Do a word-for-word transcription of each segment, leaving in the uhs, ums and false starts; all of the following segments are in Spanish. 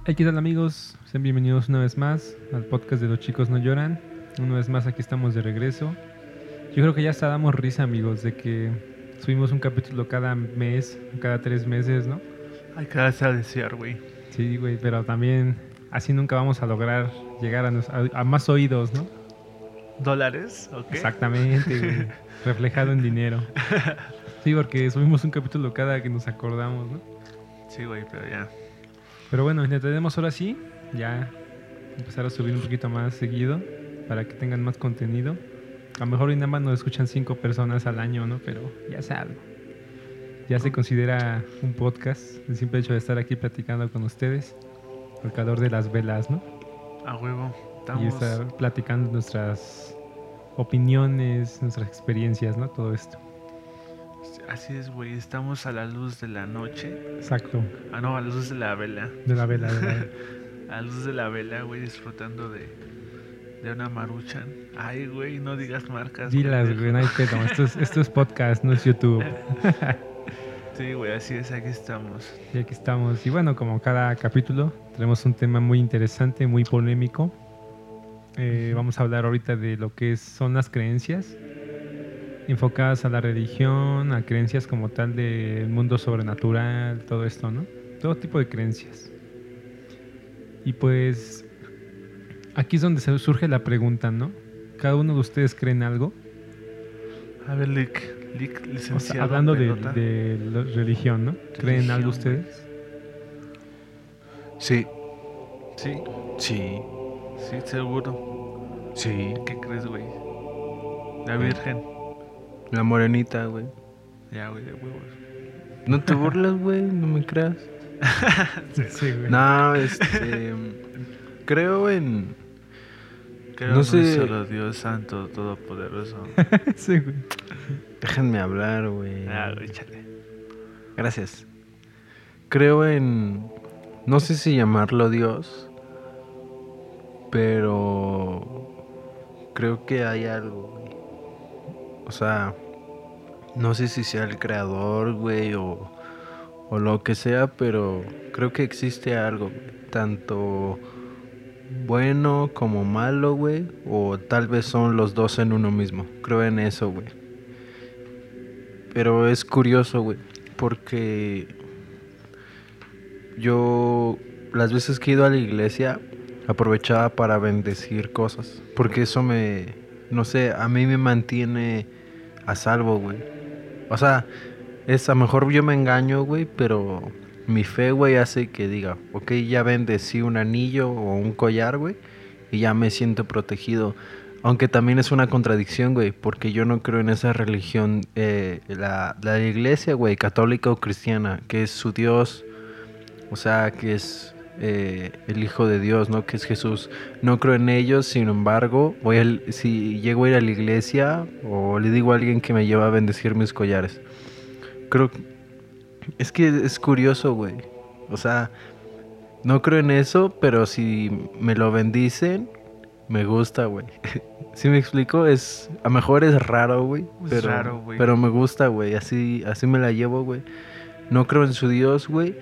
Hey, ¿qué tal amigos? Sean bienvenidos una vez más al podcast de Los Chicos No Lloran. Una vez más aquí estamos de regreso. Yo creo que ya hasta damos risa, amigos, de que subimos un capítulo cada mes, cada tres meses, ¿no? Hay que darse a desear, güey. Sí, güey, pero también así nunca vamos a lograr llegar a, nos- a- a más oídos, ¿no? ¿Dólares? ¿O qué? Exactamente, güey. Reflejado en dinero. Sí, porque subimos un capítulo cada que nos acordamos, ¿no? Sí, güey, pero ya. Pero bueno, intentaremos ahora sí ya empezar a subir un poquito más seguido para que tengan más contenido. A lo mejor hoy nada más nos escuchan cinco personas al año, ¿no? Pero ya es algo. Ya se considera un podcast, el simple hecho de estar aquí platicando con ustedes, el calor de las velas, ¿no? A huevo. Y Estamos. estar platicando nuestras opiniones, nuestras experiencias, ¿no? Todo esto. Así es, güey. Estamos a la luz de la noche. Exacto, Ah, no, a la luz de la vela. de la vela, de la vela. A la luz de la vela, güey, disfrutando de, de una maruchan. Ay, güey, no digas marcas. Dilas, pendejo. güey, no hay pedo. Esto es, esto es podcast, no es YouTube. Sí, güey, así es, aquí estamos. Y aquí estamos. Y bueno, como cada capítulo, tenemos un tema muy interesante, muy polémico. Eh, vamos a hablar ahorita de lo que es- son las creencias, enfocadas a la religión, a creencias como tal del mundo sobrenatural, todo esto, ¿no? Todo tipo de creencias. Y pues aquí es donde se surge la pregunta, ¿no? ¿Cada uno de ustedes cree en algo? A ver, Lick. Lick, O sea, licenciado. hablando de, pelota. de la religión, ¿no? ¿Creen en algo Religión, güey. ustedes? Sí, Sí, sí, sí, seguro. sí. ¿Qué crees, güey? La Güey. Virgen. La morenita, güey. Ya, güey, de huevos. No te burles, güey, no me creas. Sí, güey. No, este. creo en. Creo No no sé. solo Dios Santo Todopoderoso. Sí, güey. Déjenme hablar, güey. Ah, güey, chale. Gracias. Creo en. No sé si llamarlo Dios. Pero. Creo que hay algo, güey. O sea. No sé si sea el creador, güey, o. O lo que sea, pero creo que existe algo, güey. Tanto bueno como malo, güey. O tal vez son los dos en uno mismo. Creo en eso, güey. Pero es curioso, güey. Porque yo las veces que he ido a la iglesia aprovechaba para bendecir cosas. Porque eso me, no sé, a mí me mantiene a salvo, güey. O sea, es a lo mejor yo me engaño, güey, pero mi fe, güey, hace que diga, ok, ya bendecí un anillo o un collar, güey, y ya me siento protegido. Aunque también es una contradicción, güey, porque yo no creo en esa religión, eh, la, la iglesia, güey, católica o cristiana, que es su Dios, o sea, que es eh, el Hijo de Dios, ¿no? Que es Jesús. No creo en ellos, sin embargo, voy al- si llego a ir a la iglesia o le digo a alguien que me lleva a bendecir mis collares. Creo es que es curioso, güey. O sea, no creo en eso, pero si me lo bendicen, me gusta, güey. ¿Sí me explico? Es, a lo mejor es raro, güey. Es Pero, raro, güey. pero me gusta, güey. Así, así me la llevo, güey. No creo en su Dios, güey.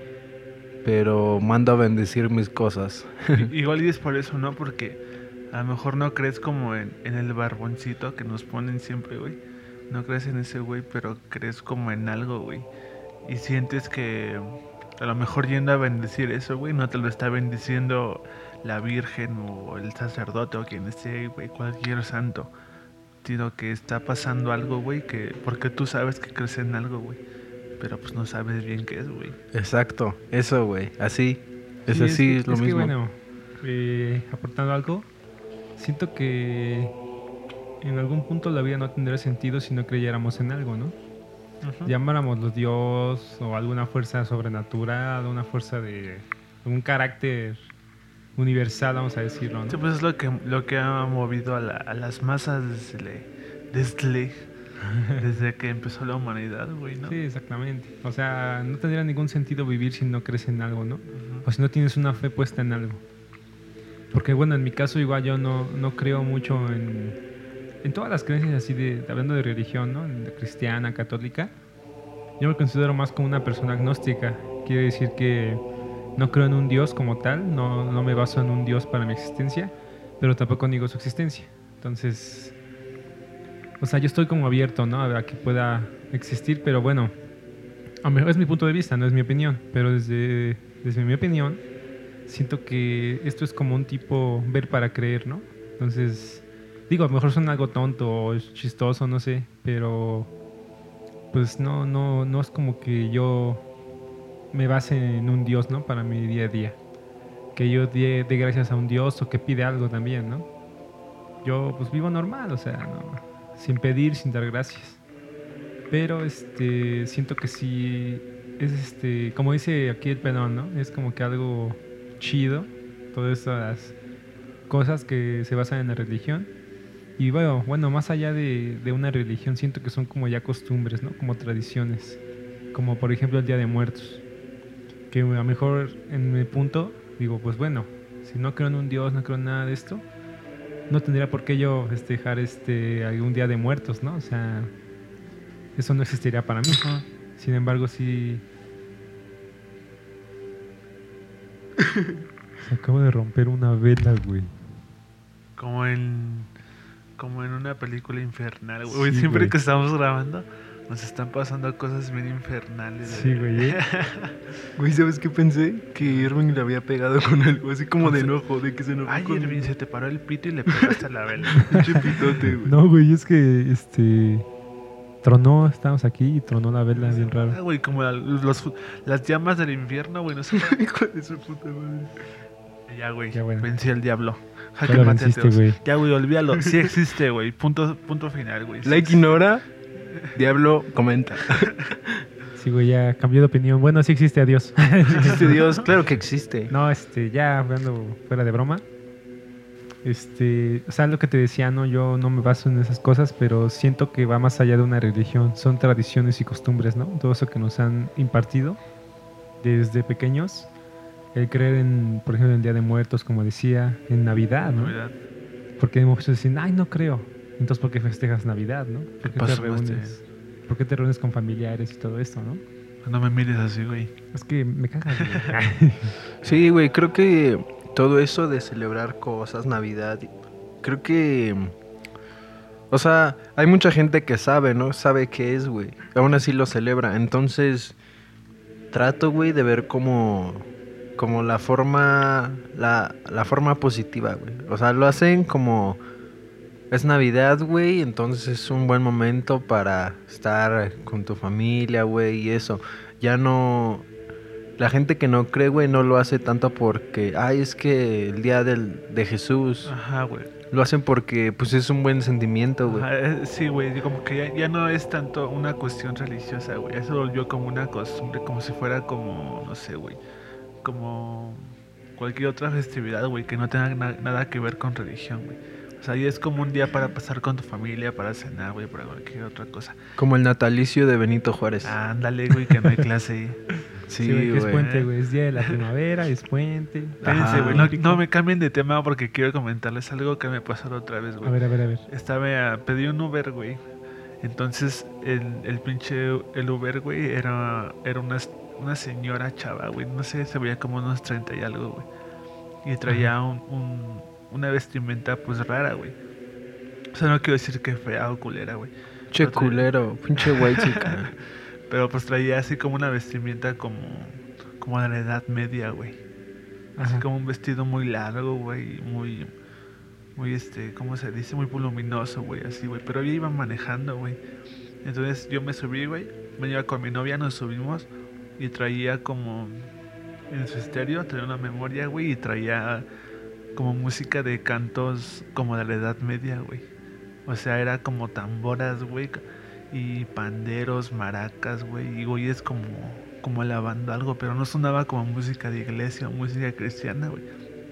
Pero mando a bendecir mis cosas. I- Igual y es por eso, ¿no? Porque a lo mejor no crees como en, en el barboncito que nos ponen siempre, güey. No crees en ese güey, pero crees como en algo, güey. Y sientes que a lo mejor yendo a bendecir eso, güey, no te lo está bendiciendo la Virgen o el sacerdote o quien esté, güey, cualquier santo. Sino que está pasando algo, güey, que porque tú sabes que crees en algo, güey. Pero pues no sabes bien qué es, güey. Exacto. Eso, güey. Así. Es Sí, así, que- es, lo que, mismo. bueno, eh, aportando algo, siento que en algún punto la vida no tendría sentido si no creyéramos en algo, ¿no? Ujú. Llamáramos Dios o alguna fuerza sobrenatural, una fuerza de un carácter universal, vamos a decirlo, ¿no? Sí, pues es lo que, lo que ha movido a, la- a las masas desde, desde, desde que empezó la humanidad, güey, ¿no? Sí, exactamente. O sea, no tendría ningún sentido vivir si no crees en algo, ¿no? Ujú. O si no tienes una fe puesta en algo. Porque bueno, en mi caso igual yo no, no creo mucho en, en todas las creencias así de, hablando de religión, ¿no? De cristiana, católica. Yo me considero más como una persona agnóstica. Quiere decir que no creo en un Dios como tal, no, no me baso en un Dios para mi existencia, pero tampoco niego su existencia. Entonces, o sea, yo estoy como abierto, ¿no? A que pueda existir, pero bueno, a lo mejor es mi punto de vista, no es mi opinión, pero desde, desde mi opinión, siento que esto es como un tipo ver para creer, ¿no? Entonces, digo, a lo mejor suena algo tonto o es chistoso, no sé, pero pues no, no, no es como que yo me base en un Dios, ¿no? Para mi día a día. Que yo dé, dé gracias a un Dios o que pide algo también, ¿no? Yo pues vivo normal, o sea, no, sin pedir, sin dar gracias. Pero este siento que sí es este, como dice aquí el penón, ¿no? Es como que algo chido, todas esas cosas que se basan en la religión. Y bueno, bueno, más allá de, de una religión, siento que son como ya costumbres, ¿no? Como tradiciones. Como por ejemplo el Día de Muertos. Que a lo mejor en mi punto digo, pues bueno, si no creo en un Dios, no creo en nada de esto, no tendría por qué yo festejar este algún Día de Muertos, ¿no? O sea, eso no existiría para mí. Ajá. Sin embargo, sí. Se acabo de romper una vela, güey. Como en. Como en una película infernal, güey. Sí, Siempre güey. que estamos grabando, nos están pasando cosas bien infernales. Sí, güey. ¿eh? Güey, ¿sabes qué pensé? Que Irving le había pegado con algo, así como de enojo, de que se enojó Ay, con Irving, se te paró el pito y le pegaste a la vela. pinche pitote, güey. No, güey, es que este. Tronó, estábamos aquí y tronó la vela, bien Ah, raro. güey, como la- los, las llamas del infierno, güey, no sé. Hijo de su puta madre. Ya, güey, Ya, bueno. vencí al diablo. Ya Jaque lo mate venciste, ateos. güey. Ya, güey, olvídalo. Sí existe, güey. Punto, punto final, güey. Sí Like existe. ignora, Diablo comenta. Sí, güey, ya cambió de opinión. Bueno, sí existe, adiós. ¿Existe Dios? Claro que existe. No, este, ya hablando fuera de broma. Este, o sea, lo que te decía, no, yo no me baso en esas cosas, pero siento que va más allá de una religión. Son tradiciones y costumbres, ¿no? Todo eso que nos han impartido desde pequeños. El creer en, por ejemplo, en el Día de Muertos, como decía, en Navidad, ¿no? Navidad. Porque muchos dicen, ay, no creo. Entonces, ¿por qué festejas Navidad, no? ¿Por qué te pasó, reúnes? ¿Por qué te reúnes con familiares y todo esto, no? No me mires así, güey. Es que me cagas, güey. Sí, güey, creo que todo eso de celebrar cosas, Navidad, creo que... O sea, hay mucha gente que sabe, ¿no? Sabe qué es, güey. Aún así lo celebra. Entonces, trato, güey, de ver como... Como la forma... La, la forma positiva, güey. O sea, lo hacen como... Es Navidad, güey, entonces es un buen momento para estar con tu familia, güey, y eso. Ya no... La gente que no cree, güey, no lo hace tanto porque... Ay, es que el día del, de Jesús... Ajá, güey. Lo hacen porque, pues, es un buen sentimiento, güey. Ajá, eh, sí, güey, como que ya, ya no es tanto una cuestión religiosa, güey. Ya se volvió como una costumbre, como si fuera como, no sé, güey, como cualquier otra festividad, güey, que no tenga na- nada que ver con religión, güey. O sea, ya es como un día para pasar con tu familia, para cenar, güey, para cualquier otra cosa. Como el natalicio de Benito Juárez. Ándale, güey, que no hay clase ahí. Sí, sí, güey, que es güey. puente, güey. Es día de la primavera, es puente. Espérense, Ajá. güey, no, no me cambien de tema porque quiero comentarles algo que me pasó la otra vez, güey. A ver, a ver, a ver. Estaba a pedí un Uber, güey. Entonces el, el pinche el Uber, güey, era, era una, una señora chava, güey. No sé, se veía como unos treinta y algo, güey. Y traía un, un- una vestimenta pues rara, güey. O sea, no quiero decir que fea o culera, güey. Che Pero traía- culero, pinche güey chica. Pero pues traía así como una vestimenta como, como de la Edad Media, güey. Así Ajá. como un vestido muy largo, güey, muy, muy este, ¿cómo se dice? Muy voluminoso, güey, así, güey. Pero ella iba manejando, güey. Entonces yo me subí, güey, me iba con mi novia, nos subimos y traía como, en su estéreo, traía una memoria, güey, y traía como música de cantos como de la Edad Media, güey. O sea, era como tamboras, güey, y panderos, maracas, güey, y güeyes como, como alabando algo, pero no sonaba como música de iglesia o música cristiana, güey.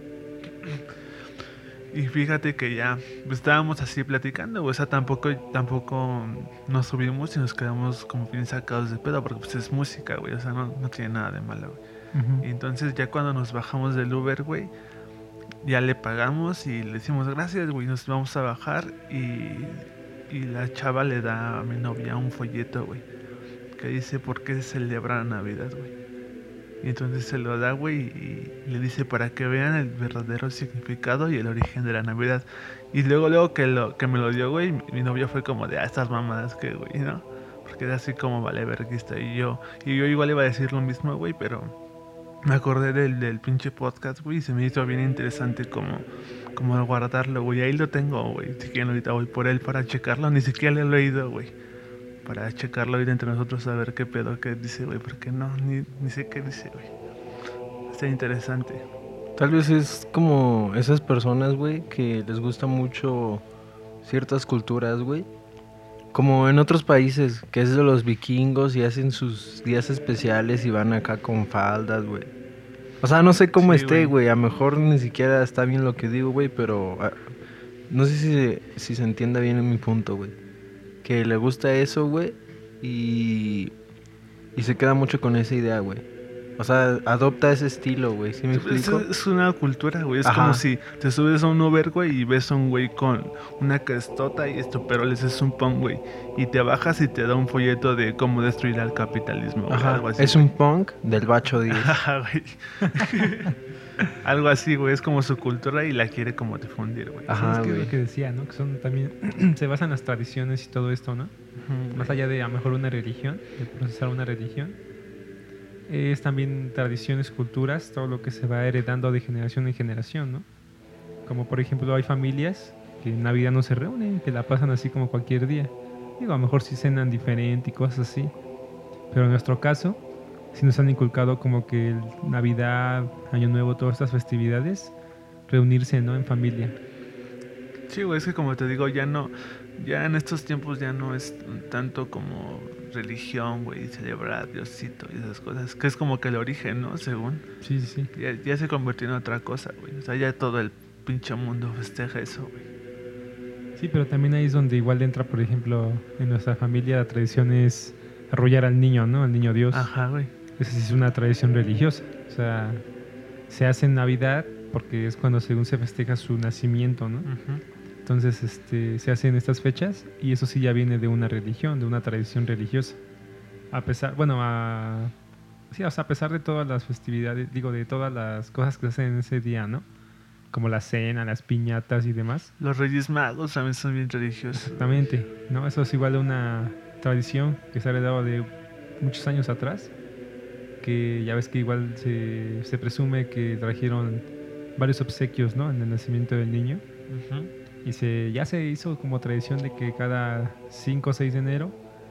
Y fíjate que ya pues, estábamos así platicando, güey, o sea, tampoco, tampoco nos subimos y nos quedamos como bien sacados de pedo, porque pues es música, güey, o sea, no, no tiene nada de malo, güey. Ujú. Y entonces ya cuando nos bajamos del Uber, güey, ya le pagamos y le decimos gracias, güey, nos vamos a bajar y, y la chava le da a mi novia un folleto, güey, que dice por qué se celebra Navidad, güey. Y entonces se lo da, güey, y le dice para que vean el verdadero significado y el origen de la Navidad. Y luego, luego que, lo, que me lo dio, güey, mi, mi novio fue como de, ah, estas mamadas que, güey, ¿no? Porque era así como vale verguista. Y yo, y yo igual iba a decir lo mismo, güey, pero me acordé del, del pinche podcast, güey, y se me hizo bien interesante como, como guardarlo, güey. Ahí lo tengo, güey. Si quieren ahorita voy por él para checarlo. Ni siquiera lo he leído, güey. Para checarlo ahorita entre nosotros a ver qué pedo que dice, güey. Porque no, ni, ni sé qué dice, güey. Está interesante. Tal vez es como esas personas, güey, que les gusta mucho ciertas culturas, güey. Como en otros países, que es de los vikingos y hacen sus días especiales y van acá con faldas, güey. O sea, no sé cómo Sí, esté, güey. güey. A lo mejor ni siquiera está bien lo que digo, güey, pero ah, no sé si se, si se entienda bien en mi punto, güey. Que le gusta eso, güey, y, y se queda mucho con esa idea, güey. O sea, adopta ese estilo, güey. ¿Sí me Es, explico? es una cultura, güey. Es Ajá. como si te subes a un Uber, güey, y ves a un güey con una crestota y esto, pero les es un punk, güey. Y te bajas y te da un folleto de cómo destruir al capitalismo, güey. Ajá, Algo así, es güey. un punk del Bacho diez. Ajá, güey. Algo así, güey. Es como su cultura y la quiere como difundir, güey. Ajá, sí, es que es güey. lo que decía, ¿no? Que son también, se basan en las tradiciones y todo esto, ¿no? Ujú, Más güey. allá de a lo mejor una religión, de procesar una religión, es también tradiciones, culturas, todo lo que se va heredando de generación en generación, ¿no? Como por ejemplo hay familias que en Navidad no se reúnen, que la pasan así como cualquier día. Digo, a lo mejor sí cenan diferente y cosas así, pero en nuestro caso sí nos han inculcado como que el Navidad, Año Nuevo, todas estas festividades, reunirse, ¿no? En familia. Sí, güey, es que como te digo, ya no, ya en estos tiempos ya no es tanto como religión, güey, celebrar a Diosito y esas cosas, que es como que el origen, ¿no? Según, Sí, sí, sí. ya, ya se convirtió en otra cosa, güey, o sea, ya todo el pinche mundo festeja eso, güey. Sí, pero también ahí es donde igual entra, por ejemplo, en nuestra familia la tradición es arrullar al niño, ¿no? Al niño Dios. Ajá, güey. Esa sí es una tradición religiosa. O sea, se hace en Navidad porque es cuando según se festeja su nacimiento, ¿no? Ujú. Entonces, este, se hace en estas fechas y eso sí ya viene de una religión, de una tradición religiosa. A pesar, bueno, a, sí, o sea, a pesar de todas las festividades, digo, de todas las cosas que se hacen en ese día, ¿no? Como la cena, las piñatas y demás. Los Reyes Magos también son bien religiosos. Exactamente, ¿no? Eso es igual a una tradición que se ha heredado de muchos años atrás, que ya ves que igual se, se presume que trajeron varios obsequios, ¿no? En el nacimiento del niño. Ujú. Y se, ya se hizo como tradición de que cada cinco o seis de enero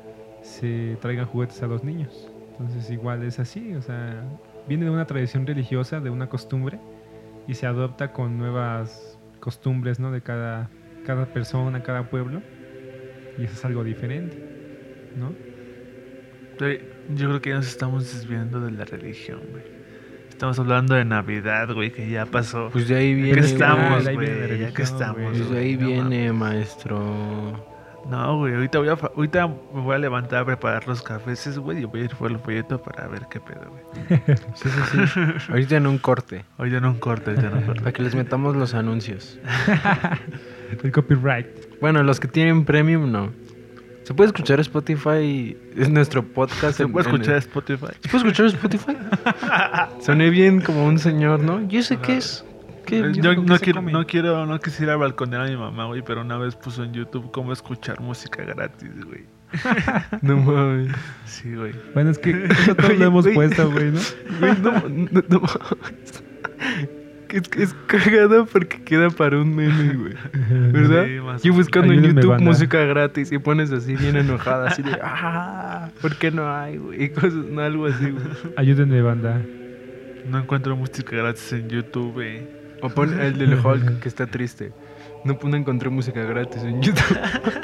se traigan juguetes a los niños. Entonces igual es así, o sea, viene de una tradición religiosa, de una costumbre, y se adopta con nuevas costumbres, ¿no? De cada, cada persona, cada pueblo, y eso es algo diferente, ¿no? Güey, yo creo que ya nos estamos desviando de la religión, güey. Estamos hablando de Navidad, güey, que ya pasó. Pues de ahí ¿Ya viene, que estamos, de ahí viene la güey? Ya religión, que estamos, güey. Pues de ahí no viene, mames. maestro. No, güey, ahorita, voy a, fa- ahorita me voy a levantar a preparar los cafés, güey, y voy a ir por el folleto para ver qué pedo, güey. Sí, sí, sí. Ahorita en un corte. Ahorita no un corte, ahorita no un corte. Para que les metamos los anuncios. El copyright. Bueno, los que tienen premium, no. Se puede escuchar Spotify. Es nuestro podcast. ¿Se en- puede en escuchar el- Spotify? ¿Se puede escuchar Spotify? Soné bien como un señor, ¿no? ¿Y ese qué es? ¿Qué? Eh, yo Yo creo que no se quiero, come. no quiero, no quisiera balconear a mi mamá, güey, pero una vez puso en YouTube cómo escuchar música gratis, güey. No mames. Sí, güey. Bueno, es que eso todos lo hemos Güey. puesto, güey, ¿no? Güey, no, no, no mames. Es, es cagado porque queda para un meme, güey. ¿Verdad? Sí, más Yo o buscando en Ayúdenme, YouTube banda. música gratis y pones así bien enojada, así de, ah, ¿por qué no hay, güey? Y cosas, no, algo así, güey. Ayúdenme, banda. No encuentro música gratis en YouTube, güey. O pon el del Hulk que está triste. No, no encontré música gratis en YouTube.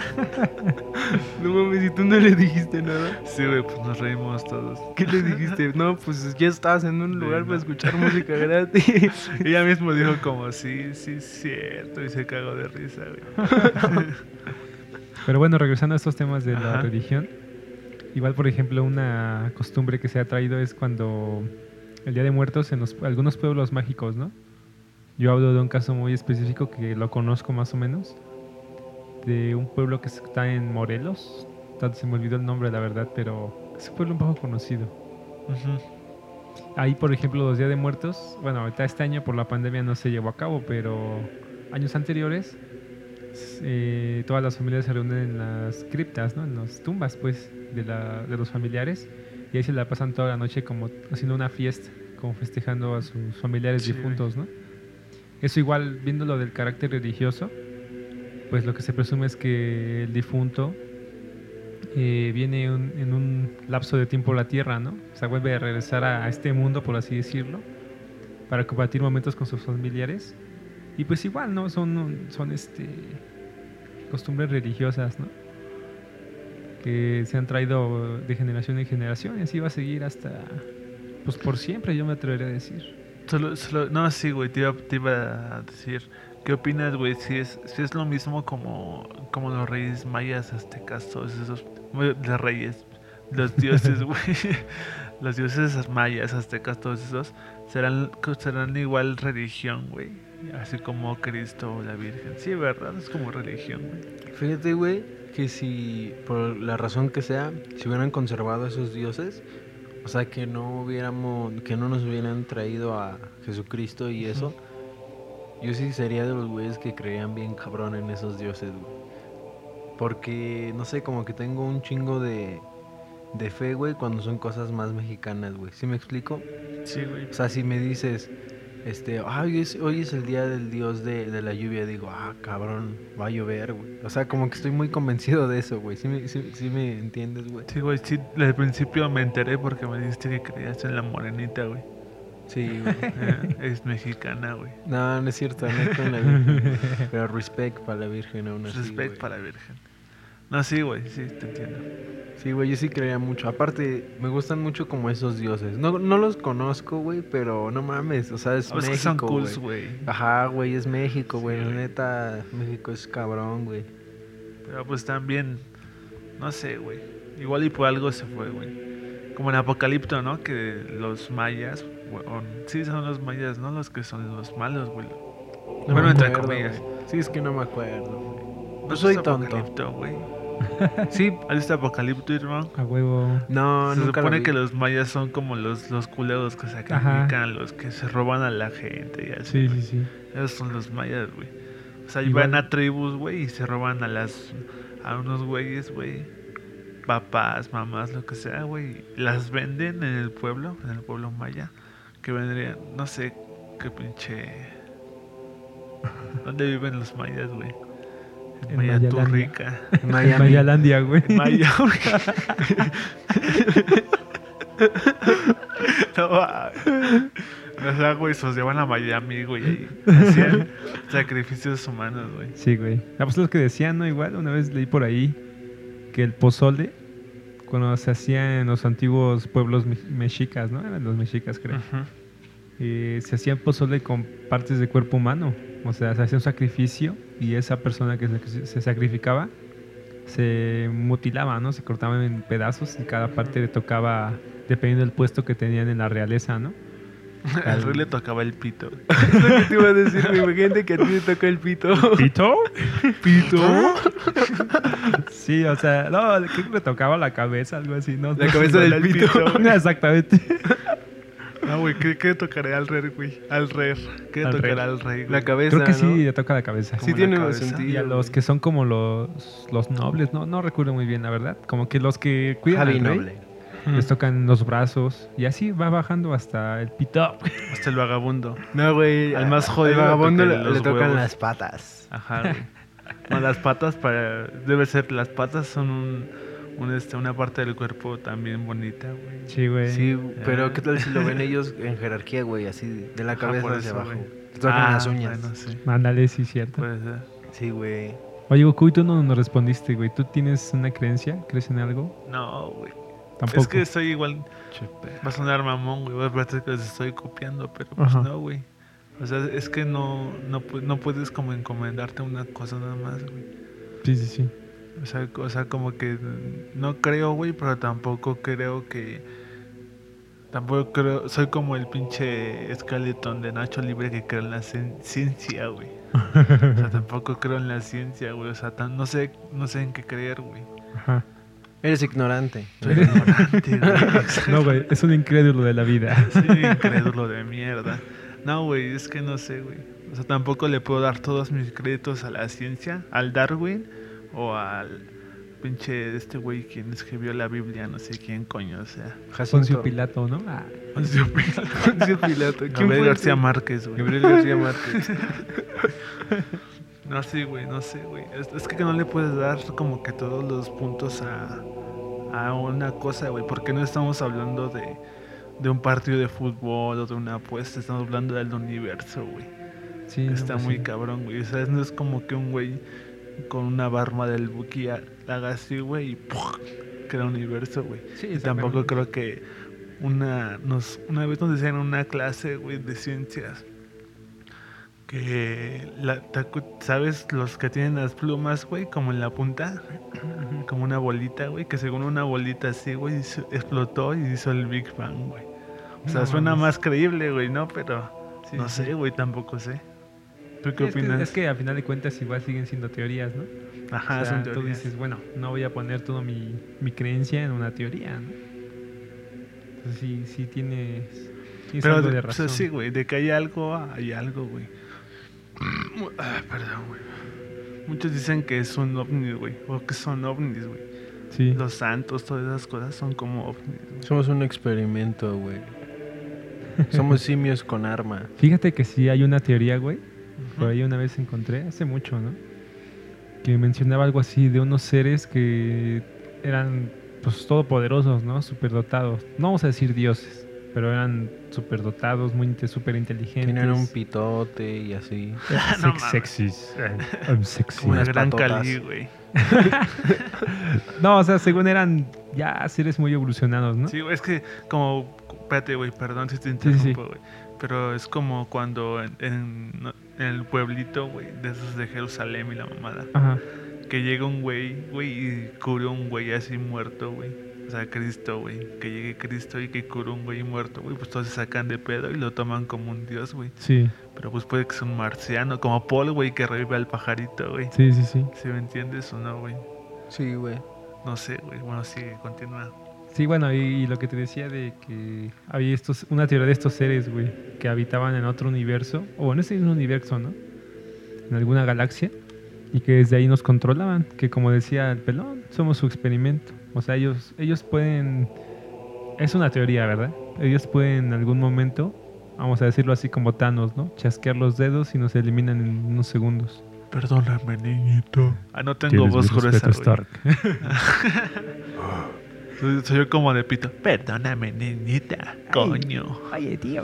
No mames, ¿y tú no le dijiste nada? Sí, güey, pues nos reímos todos. ¿Qué le dijiste? No, pues ya estás en un lugar Sí, para no. escuchar música gratis. Ella mismo dijo como, sí, sí, es cierto, y se cagó de risa, güey. Pero bueno, regresando a estos temas de la Ajá. religión, igual por ejemplo una costumbre que se ha traído es cuando el Día de Muertos en los, algunos pueblos mágicos, ¿no? Yo hablo de un caso muy específico que lo conozco más o menos, de un pueblo que está en Morelos, tanto se me olvidó el nombre la verdad, pero es un pueblo un poco conocido. Ujú. Ahí, por ejemplo, los Días de Muertos, bueno, ahorita este año por la pandemia no se llevó a cabo, pero años anteriores eh, todas las familias se reúnen en las criptas, ¿no? En las tumbas, pues, de, la, de los familiares, y ahí se la pasan toda la noche como haciendo una fiesta, como festejando a sus familiares Sí, difuntos, ¿no? Eso igual, viendo lo del carácter religioso, pues lo que se presume es que el difunto eh, viene un- en un lapso de tiempo a la tierra, ¿no? O sea, vuelve a regresar a, a este mundo, por así decirlo, para compartir momentos con sus familiares. Y pues igual, ¿no? Son, son este, costumbres religiosas, ¿no? Que se han traído de generación en generación y así va a seguir hasta, pues por siempre, yo me atrevería a decir. Solo, solo, no, sí, güey, te iba, te iba a decir, ¿qué opinas, güey? Si es, si es lo mismo como, como los reyes mayas, aztecas, todos esos, bueno, los reyes, los dioses, güey, los dioses mayas, aztecas, todos esos, serán, serán igual religión, güey, así como Cristo o la Virgen. Sí, ¿verdad? Es como religión, güey. Fíjate, güey, que si por la razón que sea, si hubieran conservado esos dioses, o sea, que no hubiéramos, que no nos hubieran traído a Jesucristo y eso, yo sí sería de los güeyes que creían bien cabrón en esos dioses, güey. Porque, no sé, como que tengo un chingo de, de fe, güey, cuando son cosas más mexicanas, güey. ¿Sí me explico? Sí, güey. O sea, si me dices, este, ay, hoy es, hoy es el día del dios de, de la lluvia, digo, ah, cabrón, va a llover, güey. O sea, como que estoy muy convencido de eso, güey. ¿Sí me, sí, sí me entiendes, güey? Sí, güey, sí, al principio me enteré porque me dijiste que creías en la morenita, güey. Sí, güey. Eh, es mexicana, güey. No, no es cierto, no con la Virgen. Pero respect para la Virgen aún así, Respect güey. para la Virgen. No, sí, güey, sí, te entiendo. Sí, güey, yo sí creía mucho. Aparte, me gustan mucho como esos dioses. No, no los conozco, güey, pero no mames, o sea, es Ah, es que México, son cools, güey. güey. Ajá, güey, es México, Sí, güey. La güey. neta, México es cabrón, güey. Pero pues también, no sé, güey. Igual y por algo se fue, güey. Como en Apocalipto, ¿no? Que los mayas, güey, o- sí son los mayas, ¿no? Los que son los malos, güey. No Bueno, me entre acuerdo, comillas. güey. Sí, es que no me acuerdo, güey. ¿No No soy has visto tonto. Apocalipto, güey? Sí, ¿Has visto Apocalipto, hermano? A huevo. no, Se nunca lo supone vi. que los mayas son como los, los culeros que sacrifican, los que se roban a la gente y así. Sí, güey. sí, sí. Esos son los mayas, güey. O sea, Igual- van a tribus, güey, y se roban a las a unos güeyes, güey. Papás, mamás, lo que sea, güey. Las venden en el pueblo, en el pueblo maya. Que vendrían, no sé qué pinche. ¿Dónde viven los mayas, güey? En En Maya Mayalandia. Turrica. En Miami. Mayalandia, güey. En Maya, güey. No, va. O sea, güey, se los llevan a Miami, güey. Y hacían sacrificios humanos, güey. Sí, güey. Ah, pues lo que decían, ¿no? Igual, una vez leí por ahí que el pozole, cuando se hacía en los antiguos pueblos me- mexicas, ¿no? Eran los mexicas, creo. Ujú. Eh, se hacía pozole con partes de cuerpo humano. O sea, se hacía un sacrificio y esa persona que se, se sacrificaba se mutilaba, ¿no? Se cortaba en pedazos y cada parte le tocaba dependiendo del puesto que tenían en la realeza, ¿no? Al rey le tocaba el pito, güey. Es lo que te iba a decir, güey. Imagínate que a ti te toca el pito. ¿Pito? ¿Pito? Sí, o sea, no, creo que le tocaba la cabeza, algo así, ¿no? La No, cabeza no, del el pito. No, exactamente. No, güey, ¿qué, qué le tocaré al rey, güey? Al rey. ¿Qué le Al tocará rey. al rey, güey? La cabeza, Creo que ¿no? sí, le toca la cabeza. Sí Como tiene la más cabeza. sentido. Y a los güey. que son como los, los nobles, no, no recuerdo muy bien, la verdad. Como que los que cuidan Javi al rey, Noble. les tocan los brazos y así va bajando hasta el pito. Hasta el vagabundo. No, güey. Al más jodido Al vagabundo le le, tocan le los tocan huevos. las patas. Ajá, güey. No, las patas para... Debe ser... Las patas son un, un, este, una parte del cuerpo también bonita, güey. Sí, güey. Sí, Ah. pero ¿qué tal si lo ven ellos en jerarquía, güey? Así, de la Ajá, cabeza por hacia eso, abajo. güey. Te tocan Ah, las uñas. Bueno, sí. Mándale, sí, cierto. Puede ser. Sí, güey. Oye, Goku, y tú no nos respondiste, güey. ¿Tú tienes una creencia? ¿Crees en algo? No, güey. Tampoco. Es que estoy igual... Che, perro. Va a sonar mamón, güey. Va a parecer que les estoy copiando, pero pues Ajá. no, güey. O sea, es que no, no, pu- no puedes como encomendarte una cosa nada más, güey. Sí, sí, sí. O sea, o sea, como que no creo, güey, pero tampoco creo que... Tampoco creo... Soy como el pinche esqueleton de Nacho Libre que creo en la cien- ciencia, güey. O sea, tampoco creo en la ciencia, güey. O sea, tan- no sé, no sé en qué creer, güey. Ajá. Eres ignorante. Soy ignorante, güey. No, güey, es un incrédulo de la vida. Soy incrédulo de mierda. No, güey, es que no sé, güey. O sea, tampoco le puedo dar todos mis créditos a la ciencia, al Darwin o al pinche este güey quien escribió la Biblia, no sé quién coño, o sea. Poncio Pilato, ¿no? Ah. Poncio Pilato. Poncio Pilato. ¿Quién Gabriel fue García ese? Márquez, güey. Gabriel García Márquez. No, sí, güey, no sé, güey. Es, es que no le puedes dar como que todos los puntos a, a una cosa, güey. Porque no estamos hablando de, de un partido de fútbol o de una apuesta. Estamos hablando del universo, güey. Sí, no, Está pues muy sí. cabrón, güey. O sea, no es como que un güey con una barba del Buki ha- haga así, güey, y ¡puf! Crea un universo, güey. Sí, Y tampoco exactamente. creo que una nos una vez nos decían en una clase, güey, de ciencias que la, te acu- ¿sabes? Los que tienen las plumas, güey, como en la punta, como una bolita, güey, que según una bolita así, güey, hizo- explotó y hizo el Big Bang, güey. O sea, No suena mames. más creíble, güey, ¿no? Pero Sí, no sí. sé, güey, tampoco sé. ¿Tú qué Sí, es, que, opinas? es que a final de cuentas igual siguen siendo teorías, ¿no? Ajá, O sea, son tú teorías. dices, bueno, no voy a poner toda mi, mi creencia en una teoría, ¿no? Entonces sí, sí tienes, tienes Pero, algo de- de o sea, razón. sí, güey, de que hay algo, hay algo, güey. Ah, perdón, güey. Muchos dicen que es un ovni, güey, o que son ovnis, güey. Sí. Los santos, todas esas cosas son como ovnis, güey. Somos un experimento, güey. Somos simios con arma. Fíjate que sí hay una teoría, güey. Por Ujú. ahí una vez encontré, hace mucho, ¿no? Que mencionaba algo así de unos seres que eran, pues, todopoderosos, ¿no? Superdotados. No vamos a decir dioses, pero eran superdotados, muy inte- súper inteligentes. Tienen un pitote y así. No mames. sexys. I'm sexy. Como el Unas gran patotas. Cali, güey. No, o sea, según eran ya seres muy evolucionados, ¿no? Sí, güey, es que como... Espérate, güey, perdón si te sí, sí. interrumpo, güey. Pero es como cuando en, en- no- en el pueblito, güey, de esos de Jerusalén y la mamada, Ajá. que llega un güey, güey, y cura un güey así muerto, güey. O sea, Cristo, güey. Que llegue Cristo y que cura un güey muerto, güey. Pues todos se sacan de pedo y lo toman como un dios, güey. Sí, Pero pues puede que sea un marciano, como Paul, güey, que revive al pajarito, güey. sí, sí, sí. ¿Sí me entiendes o no, güey? Sí, güey. No sé, güey. Bueno, sigue, continúa. Sí, bueno, y lo que te decía de que había estos, una teoría de estos seres, güey, que habitaban en otro universo, o en ese mismo universo, ¿no? En alguna galaxia, y que desde ahí nos controlaban, que como decía el pelón, somos su experimento. O sea, ellos, ellos pueden, es una teoría, ¿verdad? Ellos pueden en algún momento, vamos a decirlo así como Thanos, ¿no? Chasquear los dedos y nos eliminan en unos segundos. Perdóname, niñito. Ah, no tengo voz gruesa, güey. Soy, soy yo como de pito. Perdóname, niñita. Coño. Oye, tío.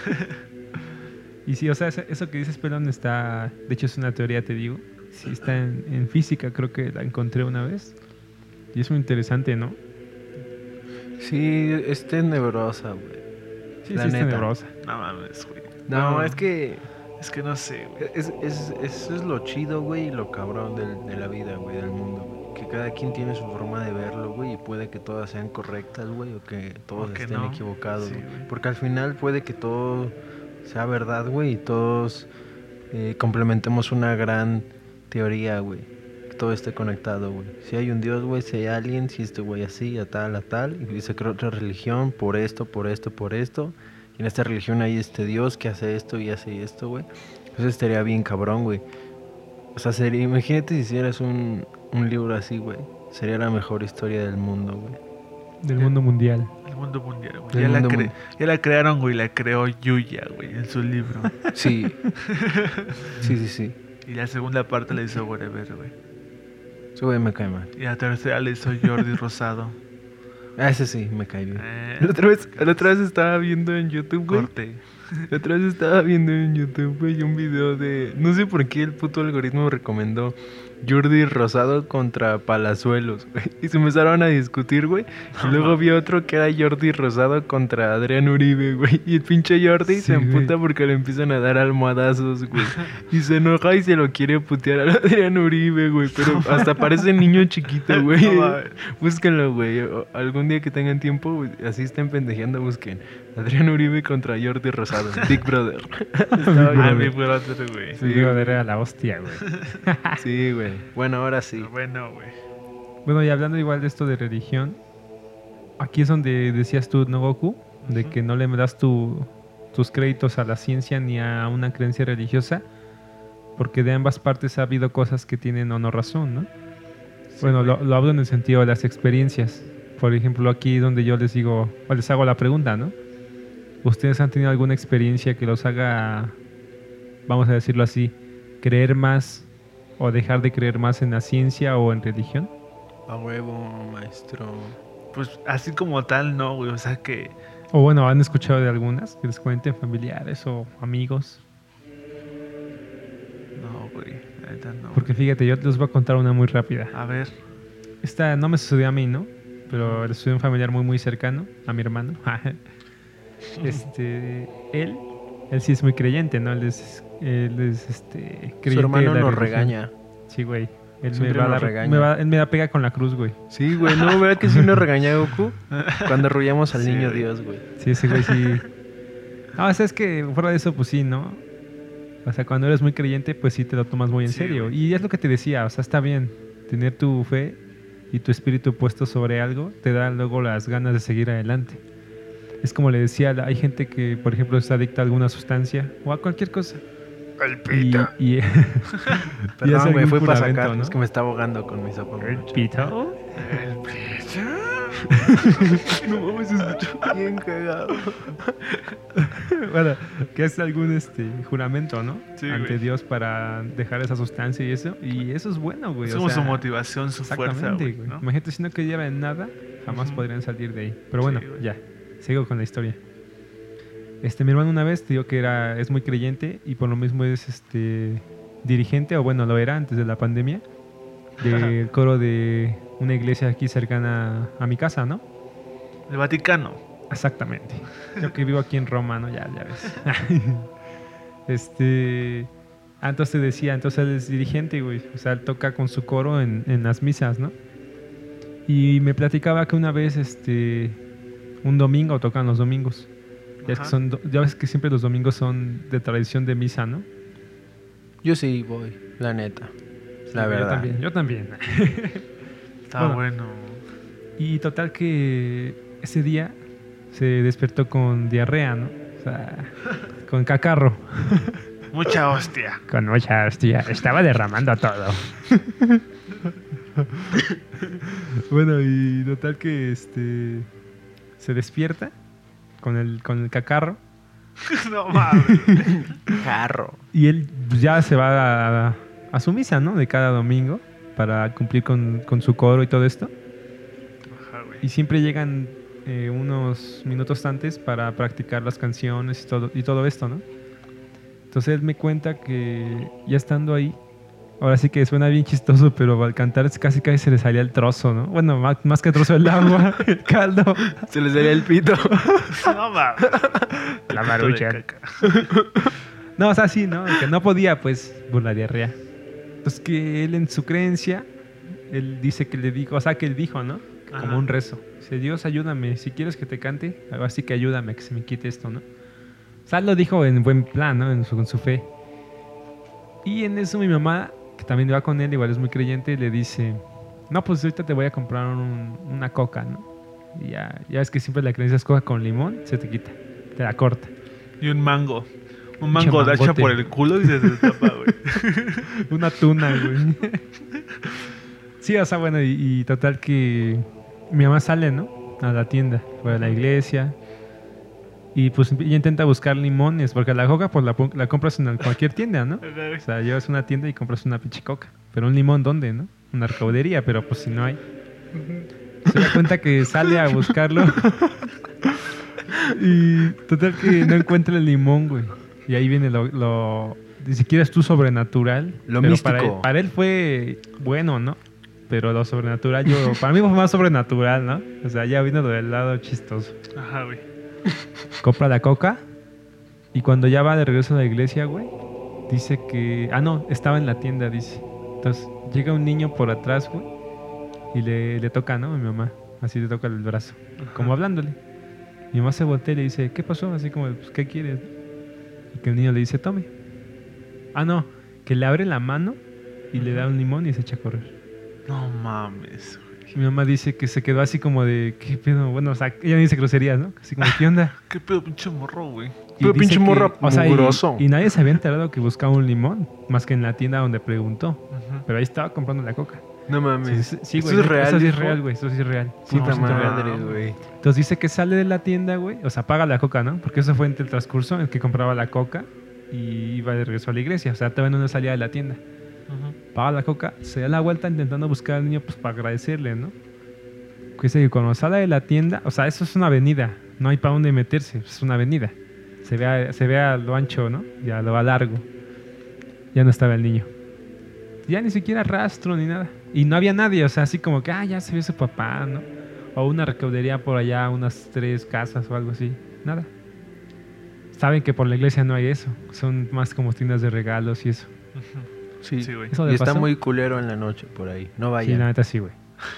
Y sí, o sea, eso, eso que dices, pelón, está, de hecho es una teoría, te digo. Sí, está en, en física, creo que la encontré una vez. Y es muy interesante, ¿no? Sí, es tenebrosa, güey. Sí, La sí, es neta. tenebrosa. No mames, güey. No, No. es que Es que no sé, güey. es, es, eso es lo chido, güey, y lo cabrón del- de la vida, güey, del mundo, güey. Que cada quien tiene su forma de verlo, güey, y puede que todas sean correctas, güey, o que todos O que estén no. equivocados, Sí, güey. güey. Porque al final puede que todo sea verdad, güey, y todos eh, complementemos una gran teoría, güey. Que todo esté conectado, güey. Si hay un Dios, güey, si hay alguien, si este güey así, a tal, a tal, y se creó otra religión por esto, por esto, por esto. Y en esta religión hay este Dios que hace esto y hace esto, güey. Eso estaría bien cabrón, güey. O sea, sería, imagínate si hicieras un, un libro así, güey. Sería la mejor historia del mundo, güey. Del mundo mundial. El mundo mundial, güey. Del Ya la, mundo cre- mun- ya la crearon, güey. La creó Yuya, güey, en su libro. Sí. Sí, sí, sí. Y la segunda parte la hizo Wherever, güey. Ese güey me cae mal. Y la tercera la hizo Jordi Rosado. Ah, ese sí, me cae bien. Eh, La otra vez, la otra vez estaba viendo en YouTube, güey. corte. La otra vez estaba viendo en YouTube, güey, un video de... No sé por qué el puto algoritmo me recomendó Jordi Rosado contra Palazuelos, güey. Y se empezaron a discutir, güey. Y luego vi otro que era Jordi Rosado contra Adrián Uribe, güey. Y el pinche Jordi Sí, se emputa güey. porque le empiezan a dar almohadazos, güey. Y se enoja y se lo quiere putear a Adrián Uribe, güey. Pero hasta parece niño chiquito, güey. No mames. Búsquenlo, güey. O- Algún día que tengan tiempo, güey, así estén pendejeando, busquen. Adrián Uribe contra Jordi Rosado. Big Brother. Estaba Ah, bien, mi güey. brother, güey. Sí, digo, era la hostia, güey. Sí, güey. Bueno, ahora sí. Pero bueno, güey. Bueno, y hablando igual de esto de religión, aquí es donde decías tú, ¿no, Goku? De Ujú. que no le das tu, tus créditos a la ciencia ni a una creencia religiosa, porque de ambas partes ha habido cosas que tienen o no razón, ¿no? Sí, Bueno, lo, güey. lo hablo en el sentido de las experiencias. Por ejemplo, aquí donde yo les digo, o les hago la pregunta, ¿no? ¿Ustedes han tenido alguna experiencia que los haga, vamos a decirlo así, creer más o dejar de creer más en la ciencia o en religión? A huevo, maestro. Pues así como tal, no, güey. O sea que. O bueno, ¿han escuchado de algunas que les cuenten familiares o amigos? No, güey. La neta no. Porque fíjate, yo les voy a contar una muy rápida. A ver. Esta no me sucedió a mí, ¿no? Pero le sucedió a un familiar muy, muy cercano, a mi hermano. este, él, él sí es muy creyente, ¿no? Él es, él es este, creyente. Su hermano de la nos religión. regaña. Sí, güey. Él me Siempre va a nos dar, regaña. me va- él me da pega con la cruz, güey. Sí, güey, ¿no? ¿Verdad que sí nos regaña Goku? Cuando arrullamos al Sí, niño güey. Dios, güey. Sí, ese güey sí. No, o sea, es que fuera de eso, pues sí, ¿no? O sea, cuando eres muy creyente, pues sí te lo tomas muy en Sí, serio. güey. Y es lo que te decía, o sea, está bien tener tu fe y tu espíritu puesto sobre algo, te da luego las ganas de seguir adelante. Es como le decía, hay gente que, por ejemplo, está adicta a alguna sustancia o a cualquier cosa. El Y, y, y hace Perdón, güey, algún fue para juramento, sacar. ¿no? Es que me está ahogando con mi sopa. ¿El mucho. pito? El pecho. No mames, se escuchó bien cagado. Bueno, que es algún este juramento, ¿no? Sí, Ante güey. Dios para dejar esa sustancia y eso. Y eso es bueno, güey. Es o como sea, su motivación, su fuerza, exactamente, güey. güey. ¿no? Imagínate si no creyera en nada, jamás Ujú. podrían salir de ahí. Pero bueno, Sí, güey. ya. Sigo con la historia. Este, mi hermano una vez te digo que era, es muy creyente y por lo mismo es este dirigente, o bueno, lo era antes de la pandemia, del coro de una iglesia aquí cercana a mi casa, ¿no? El Vaticano. Exactamente. Yo que vivo aquí en Roma, ¿no? Ya, ya ves. este. Ah, entonces te decía, entonces él es dirigente, güey. O sea, él toca con su coro en, en las misas, ¿no? Y me platicaba que una vez, este. Un domingo, tocan los domingos. Ya, es que Ajá. son, do- ya ves que siempre los domingos son de tradición de misa, ¿no? Yo sí voy, la neta. La Sí, verdad. Yo también, yo también. Está Bueno. bueno. Y total que ese día se despertó con diarrea, ¿no? O sea, con cacarro. Mucha hostia. Con mucha hostia. Estaba derramando todo. Bueno, y total que este se despierta con el, con el cacarro No mames. Carro. y él pues, ya se va a, a su misa, ¿no? De cada domingo para cumplir con, con su coro y todo esto. Ajá, güey. Y siempre llegan eh, unos minutos antes para practicar las canciones y todo, y todo esto, ¿no? Entonces él me cuenta que ya estando ahí, ahora sí que suena bien chistoso, pero al cantar es casi casi se le salía el trozo, ¿no? Bueno, más, más que trozo el agua, el caldo. Se les daría el pito. No mames. La El marucha. pito de caca. No, o sea, sí, ¿no? Que no podía, pues, por la diarrea. Entonces que él en su creencia, él dice que le dijo, o sea, que él dijo, ¿no? Que Ajá. como un rezo. Dice, Dios, ayúdame, si quieres que te cante, así que ayúdame, que se me quite esto, ¿no? O sea, él lo dijo en buen plan, ¿no? En su, con su fe. Y en eso mi mamá, que también va con él, igual es muy creyente, le dice, no, pues ahorita te voy a comprar un- una coca, ¿no? Y ya, ya es que siempre la creencia es coca con limón, se te quita, te la corta. Y un mango. Un Pinche mango dacha mangote. por el culo y se destapa, güey. Una tuna, güey. Sí, o sea, bueno, y, y total que mi mamá sale, ¿no? A la tienda, fuera de la iglesia. Y pues ella intenta buscar limones, porque la coca pues la, pon- la compras en cualquier tienda, ¿no? O sea, llevas a una tienda y compras una pinche coca. Pero un limón, ¿dónde, no? Una recaudería, pero pues si no hay. Se da cuenta que sale a buscarlo. Y total que no encuentra el limón, güey. Y ahí viene lo... lo ni siquiera es tú sobrenatural. Lo pero místico. Para él, para él fue bueno, ¿no? Pero lo sobrenatural, yo... Para mí fue más sobrenatural, ¿no? O sea, ya vino del lado chistoso. Ajá, güey. Compra la coca. Y cuando ya va de regreso a la iglesia, güey, dice que... Ah, no, estaba en la tienda, dice. Entonces, llega un niño por atrás, güey. Y le, le toca, ¿no? A mi mamá. Así le toca el brazo. Como hablándole. Mi mamá se voltea y le dice, ¿qué pasó? Así como, pues, ¿qué quieres? Y que el niño le dice, tome. Ah, no, que le abre la mano y le da un limón y se echa a correr. No mames, güey. Mi mamá dice que se quedó así como de, ¿qué pedo? Bueno, o sea, ella dice groserías, ¿no? Así como, ¿qué onda? ¿Qué pedo, pinche morro, güey? Y Pero dice pinche que- morro o sea, y- mugroso. Y, nadie se había enterado que buscaba un limón, más que en la tienda donde preguntó. Ujú. Pero ahí estaba comprando la coca. No mames. Sí, sí, sí, ¿Esto güey. es real, Eso sí es hijo? real, güey. Eso sí es real. Puta cien por ciento real. madre, güey. Entonces dice que sale de la tienda, güey. O sea, paga la coca, ¿no? Porque eso fue entre el transcurso en el que compraba la coca y iba de regreso a la iglesia. O sea, todavía no salía de la tienda. Ujú. Paga la coca, se da la vuelta intentando buscar al niño pues para agradecerle, ¿no? Que dice que cuando sale de la tienda, o sea, eso es una avenida, no hay para dónde meterse, es una avenida. Se ve a, se ve a lo ancho, ¿no? Y a lo largo. Ya no estaba el niño. Ya ni siquiera rastro ni nada. Y no había nadie, o sea, así como que, ah, ya se vio su papá, ¿no? O una recaudería por allá, unas tres casas o algo así. Nada. Saben que por la iglesia no hay eso. Son más como tiendas de regalos y eso. Ujú. Sí. Sí, güey. Eso Y le está pasó. muy culero en la noche por ahí. No Sí, vayan. la neta sí, güey.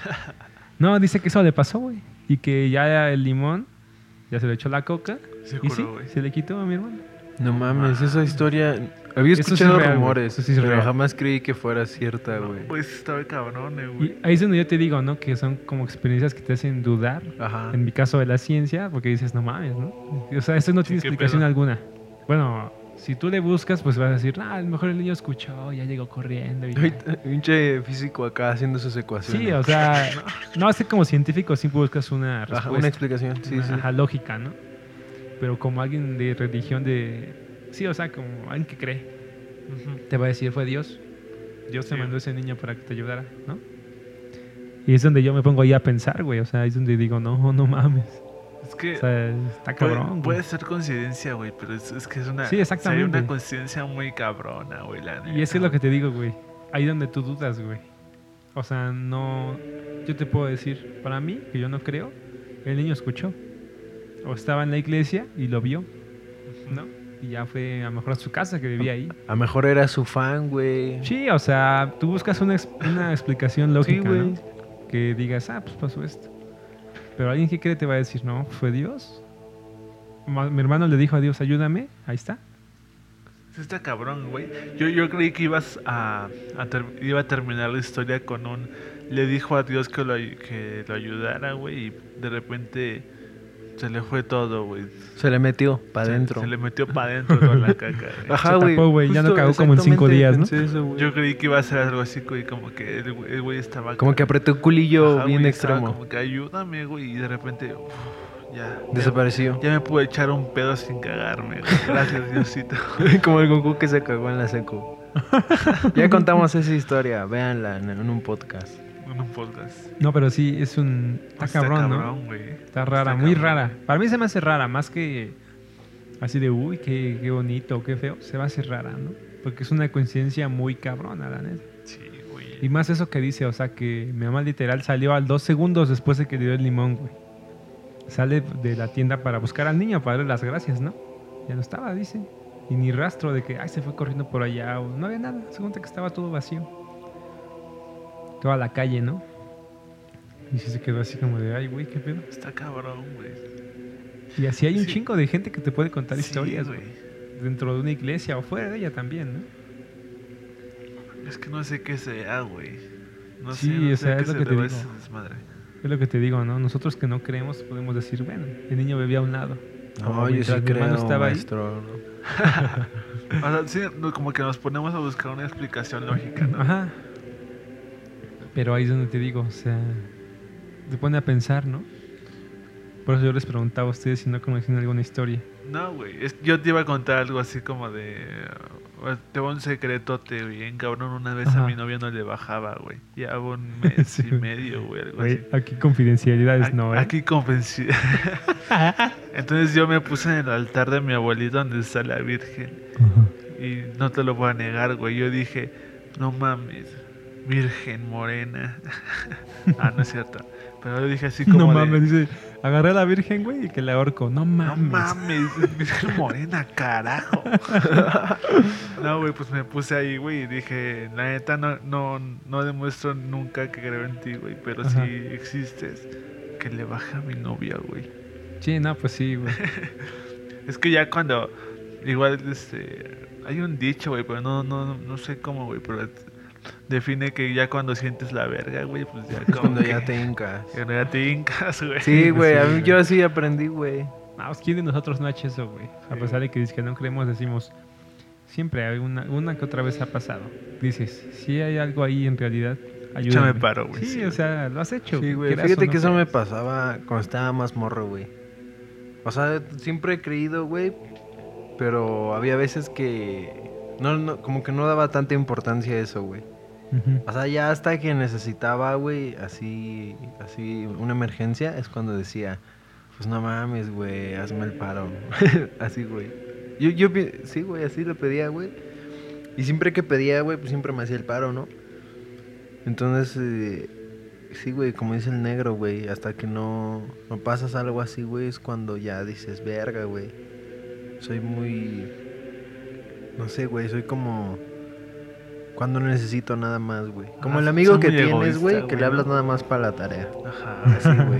No, dice que eso le pasó, güey. Y que ya el limón, ya se le echó la coca. Se y curó, sí, güey. se le quitó a mi hermano. No mames, esa historia. Había Eso sí es escuchado real, güey. rumores, Eso sí es pero real. jamás creí que fuera cierta, No, güey. pues estaba cabrón, eh, Y güey. ahí es donde yo te digo, ¿no? Que son como experiencias que te hacen dudar. Ajá. En mi caso de la ciencia, porque dices, no mames, ¿no? O sea, esto no tiene ¿qué explicación pedo? alguna. Bueno, si tú le buscas, pues vas a decir, ah, a lo mejor el niño escuchó, ya llegó corriendo. Y ya". Ahorita, pinche físico acá haciendo sus ecuaciones. Sí, o sea, no así como científico, siempre buscas una Ajá, respuesta. una explicación, sí, una, sí. ajá, lógica, ¿no? Pero como alguien de religión de... Sí, o sea, como alguien que cree, Ujú. te va a decir, fue Dios. Dios te Sí. mandó ese niño para que te ayudara, ¿no? Y es donde yo me pongo ahí a pensar, güey. O sea, es donde digo, no, no mames. Es que O sea, está puede, cabrón, güey. puede ser coincidencia, güey, pero es, es que es una... Sí, exactamente. sería una coincidencia muy cabrona, güey, la neta. Y es lo que te digo, güey. Ahí donde tú dudas, güey. O sea, no... Yo te puedo decir, para mí, que yo no creo, el niño escuchó. O estaba en la iglesia y lo vio, ¿no? Y ya fue a lo mejor a su casa que vivía ahí. A lo mejor era su fan, güey. Sí, o sea, tú buscas una, ex- una explicación lógica, güey. ¿no? Que digas, ah, pues pasó esto. Pero alguien que cree te va a decir, no, fue Dios. Ma- Mi hermano le dijo a Dios, ayúdame, ahí está. Sí está cabrón, güey. Yo, yo creí que ibas a, a ter- iba a terminar la historia con un... Le dijo a Dios que lo, ay- que lo ayudara, güey, y de repente se le fue todo, güey. Se le metió para Se- adentro. Se, le metió para adentro toda la caca, güey. Ajá, Se güey. tapó, güey, ya no Justo, cagó como en cinco exactamente días, ¿no? pensé eso, güey. Yo creí que iba a ser algo así, güey, como que el güey, el güey estaba... Como que apretó el culillo Ajá, bien güey, estaba extremo. Como que ayúdame, güey, y de repente... uf, ya. Desapareció. Ya me pude echar un pedo sin cagarme, güey. Gracias, Diosito. Como el Goku que se cagó en la seco. Ya contamos esa historia, véanla en, en un podcast. En un podcast. No, pero sí, es un... Está, cabrón, ¿no? güey. Está rara, Está muy cabrón. rara. Para mí se me hace rara, más que así de, uy, qué, qué bonito, qué feo. Se va a hacer rara, ¿no? Porque es una coincidencia muy cabrona, la neta. Sí, güey. Y más eso que dice, o sea, que mi mamá literal salió al dos segundos después de que le dio el limón, güey. Sale de la tienda para buscar al niño, para darle las gracias, ¿no? Ya no estaba, dice. Y ni rastro de que, ay, se fue corriendo por allá, o no había nada. Se cuenta que estaba todo vacío. Toda la calle, ¿no? Y sí se quedó así como de, ay, güey, qué pedo. Está cabrón, güey. Y así hay un Sí. chingo de gente que te puede contar Sí, historias, güey. güey. Dentro de una iglesia o fuera de ella también, ¿no? Es que no sé qué sea, güey. No Sí, sé, no o sé sea, a qué es lo se que te deba digo. ese desmadre. Es lo que te digo, ¿no? Nosotros que no creemos podemos decir, bueno, el niño bebía a un lado. Como No, yo sí mientras mi hermano creo, estaba ahí. maestro. O sea, sí, no, como que nos ponemos a buscar una explicación lógica, ¿no? Ajá. Pero ahí es donde te digo, o sea, te pone a pensar, ¿no? Por eso yo les preguntaba a ustedes si no conocían alguna historia. No, güey. es- Yo te iba a contar algo así como de... uh, Tengo un secretote bien cabrón. Una vez Ajá. a mi novia no le bajaba, güey. Ya un mes Sí, y güey. medio, güey. Algo Güey, así. aquí confidencialidades Aquí- no, ¿eh? Aquí convencí. Entonces yo me puse en el altar de mi abuelito donde está la Virgen. Ajá. Y no te lo voy a negar, güey. Yo dije, no mames, Virgen morena. Ah, no es cierto. Pero yo dije así como No de, mames, dice, agarré a la virgen, güey, y que la ahorco. No No mames. mames, Virgen morena, carajo. No, güey, pues me puse ahí, güey, y dije, la neta no, no, no demuestro nunca que creo en ti, güey, pero Ajá. si existes, que le baje a mi novia, güey. Sí, no, pues sí, güey. Es que ya cuando, igual, este, hay un dicho, güey, pero no, no, no sé cómo, güey, pero define que ya cuando sientes la verga, güey, pues ya Es como cuando que- ya te hincas. Cuando ya te hincas, güey. Sí, güey, a Sí, mí güey. yo así aprendí, güey. No, pues, ¿quién de nosotros no ha hecho eso, güey? A Sí. pesar de que dices que no creemos, decimos, siempre hay una, una que otra vez ha pasado. Dices, si hay algo ahí en realidad, ayúdame. Échame paro, güey. Sí, Sí, o sea, lo has hecho. Sí, güey, quieras o fíjate no que eso me quieras. pasaba cuando estaba más morro, güey. O sea, siempre he creído, güey, pero había veces que no, no, como que no daba tanta importancia a eso, güey. Ujú. O sea, ya hasta que necesitaba, güey, así, así, una emergencia, es cuando decía, pues no mames, güey, hazme el paro. Así, güey. Yo, yo, pi- sí, güey, así lo pedía, güey. Y siempre que pedía, güey, pues siempre me hacía el paro, ¿no? Entonces, eh, sí, güey, como dice el negro, güey, hasta que no, no pasas algo así, güey, es cuando ya dices, verga, güey. Soy muy, no sé, güey, soy como... Cuando no necesito nada más, güey. Como Ah, el amigo son que muy tienes, egoísta, güey, que güey, le hablas ¿no? nada más para la tarea. Ajá. Así, güey.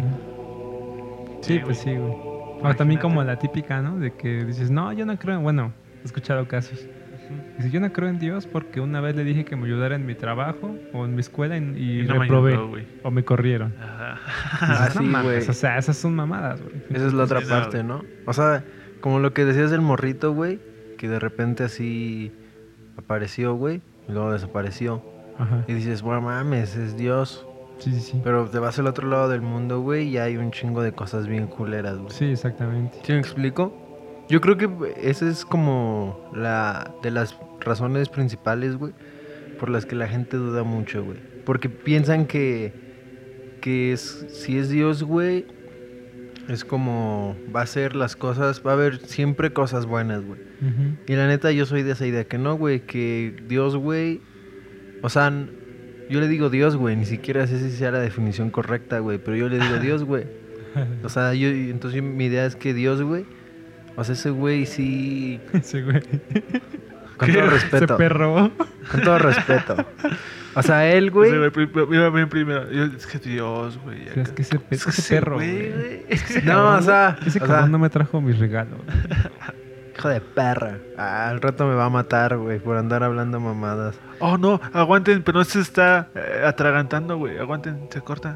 Sí, pues sí, güey. O también como la típica, ¿no? De que dices, no, yo no creo en... Bueno, he escuchado casos. Dice, yo no creo en Dios porque una vez le dije que me ayudara en mi trabajo o en mi escuela y, y Y no me reprobé. ayudó, güey. O me corrieron. Ajá. Ah, Dices, no sí, mames, güey. O sea, esas son mamadas, güey. Esa es la otra Sí, no, parte, güey. ¿no? O sea, como lo que decías del morrito, güey, que de repente así apareció, güey, y luego desapareció. Ajá. Y dices, bueno, mames, es Dios. Sí, sí, sí. Pero te vas al otro lado del mundo, güey, y hay un chingo de cosas bien culeras, güey. Sí, exactamente. ¿Sí me explico? Yo creo que esa es como la de las razones principales, güey, por las que la gente duda mucho, güey. Porque piensan que, que es, si es Dios, güey, es como va a ser las cosas, va a haber siempre cosas buenas, güey. Ujú. Y la neta yo soy de esa idea que no, güey, que Dios, güey, o sea, n- yo le digo Dios, güey, ni siquiera sé si sea la definición correcta, güey, pero yo le digo Dios, güey. O sea, yo, entonces yo- mi idea es que Dios, güey, o sea, ese güey sí, Ese güey. con ¿Qué? todo Ese respeto, perro. con todo respeto. O sea, él, Sí, güey, güey, pri- pri- iba bien primero. Yo, es que Dios, güey. O sea, es que ese, Es que ese ese perro, güey, güey. güey. no, o sea, Ese o sea, cabrón no me trajo mis regalos. hijo de perra. Ah, al rato me va a matar, güey, por andar hablando mamadas. Oh, no, aguanten, pero no se está eh, atragantando, güey. Aguanten, se corta.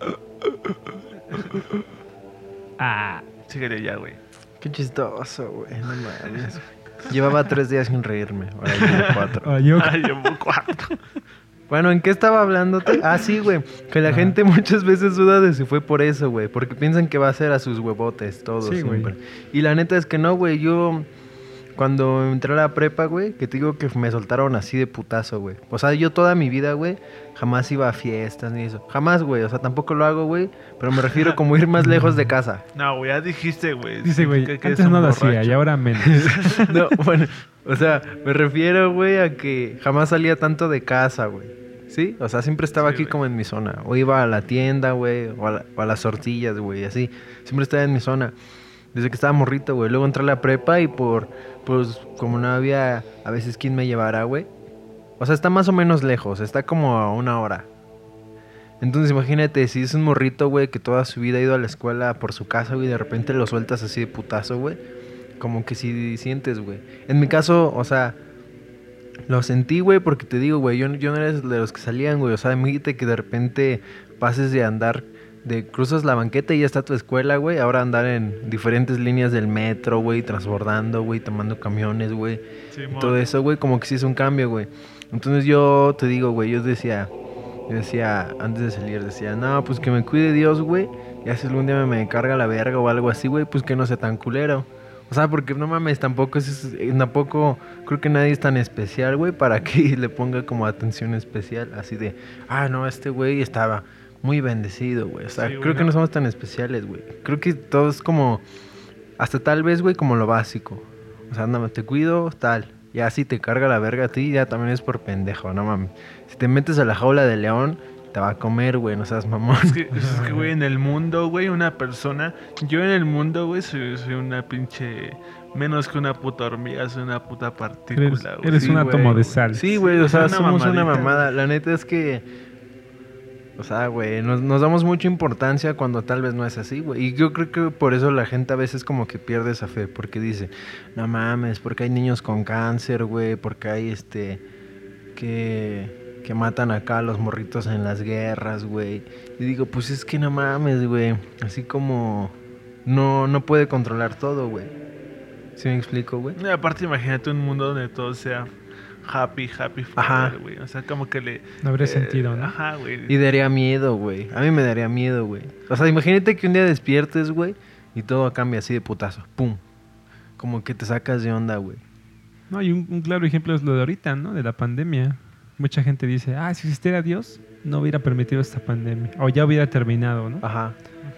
Ah. Síguele ya, güey. Qué chistoso, güey, no mames. Llevaba tres días sin reírme, ahora llevo cuatro. Ah, yo- Ay, llevo cuatro. Bueno, ¿en qué estaba hablándote? Ah, sí, güey. Que la Ajá. gente muchas veces duda de si fue por eso, güey. Porque piensan que va a ser a sus huevotes, todo Sí, güey. siempre. Y la neta es que no, güey. Yo, cuando entré a la prepa, güey, que te digo que me soltaron así de putazo, güey. O sea, yo toda mi vida, güey, jamás iba a fiestas ni eso. Jamás, güey. O sea, tampoco lo hago, güey. Pero me refiero como ir más lejos de casa. No, güey, ya dijiste, güey. Dice, güey, que- que antes es un no lo hacía borracho. y ahora menos. No, bueno, o sea, me refiero, güey, a que jamás salía tanto de casa, güey. ¿Sí? O sea, siempre estaba Sí, aquí güey. como en mi zona. O iba a la tienda, güey, o, a la- o a las tortillas, güey, así. Siempre estaba en mi zona. Desde que estaba morrito, güey. Luego entré a la prepa y por, pues, como no había a veces quien me llevara, güey. O sea, está más o menos lejos, está como a una hora. Entonces imagínate, si es un morrito, güey, que toda su vida ha ido a la escuela por su casa, güey, y de repente lo sueltas así de putazo, güey. Como que si sientes, güey. En mi caso, o sea, lo sentí, güey, porque te digo, güey, yo, yo no era de los que salían, güey. O sea, imagínate que de repente pases de andar, de cruzas la banqueta y ya está tu escuela, güey. Ahora andar en diferentes líneas del metro, güey, transbordando, güey, tomando camiones, güey. Simón. Todo eso, güey, como que sí es un cambio, güey. Entonces yo te digo, güey, yo decía, yo decía, antes de salir, decía, no, pues que me cuide Dios, güey. Y si algún día me, me carga la verga o algo así, güey, pues que no sea tan culero. O sea, porque no mames, tampoco es, eh, tampoco creo que nadie es tan especial, güey, para que le ponga como atención especial, así de, ah, no, este güey estaba muy bendecido, güey. O sea, Sí, güey, creo que no. no somos tan especiales, güey. Creo que todo es como, hasta tal vez, güey, como lo básico. O sea, no, te cuido, tal. Ya si te carga la verga a ti, ya también es por pendejo, no mames. Si te metes a la jaula de león, te va a comer, güey, no seas mamón. Es que, es que, güey, en el mundo, güey, una persona... Yo en el mundo, güey, soy, soy una pinche... Menos que una puta hormiga, soy una puta Eres, partícula, güey. eres Sí, un güey. átomo de sal. Sí, güey, o Sí, sea, una somos una mamadita, mamada. La neta es que, o sea, güey, nos, nos damos mucha importancia cuando tal vez no es así, güey. Y yo creo que por eso la gente a veces como que pierde esa fe, porque dice, no mames, porque hay niños con cáncer, güey, porque hay este, que, que matan acá a los morritos en las guerras, güey. Y digo, pues es que no mames, güey. Así como no, no puede controlar todo, güey. ¿Sí me explico, güey? Y aparte, imagínate un mundo donde todo sea happy, happy Ajá. forever, güey. O sea, como que le... No habría eh, sentido, ¿no? Ajá, güey. Y daría miedo, güey. A mí me daría miedo, güey. O sea, imagínate que un día despiertes, güey, y todo cambia así de putazo. Pum. Como que te sacas de onda, güey. No, y un, un claro ejemplo es lo de ahorita, ¿no? De la pandemia. Mucha gente dice, ah, si existiera Dios, no hubiera permitido esta pandemia. O ya hubiera terminado, ¿no? Ajá.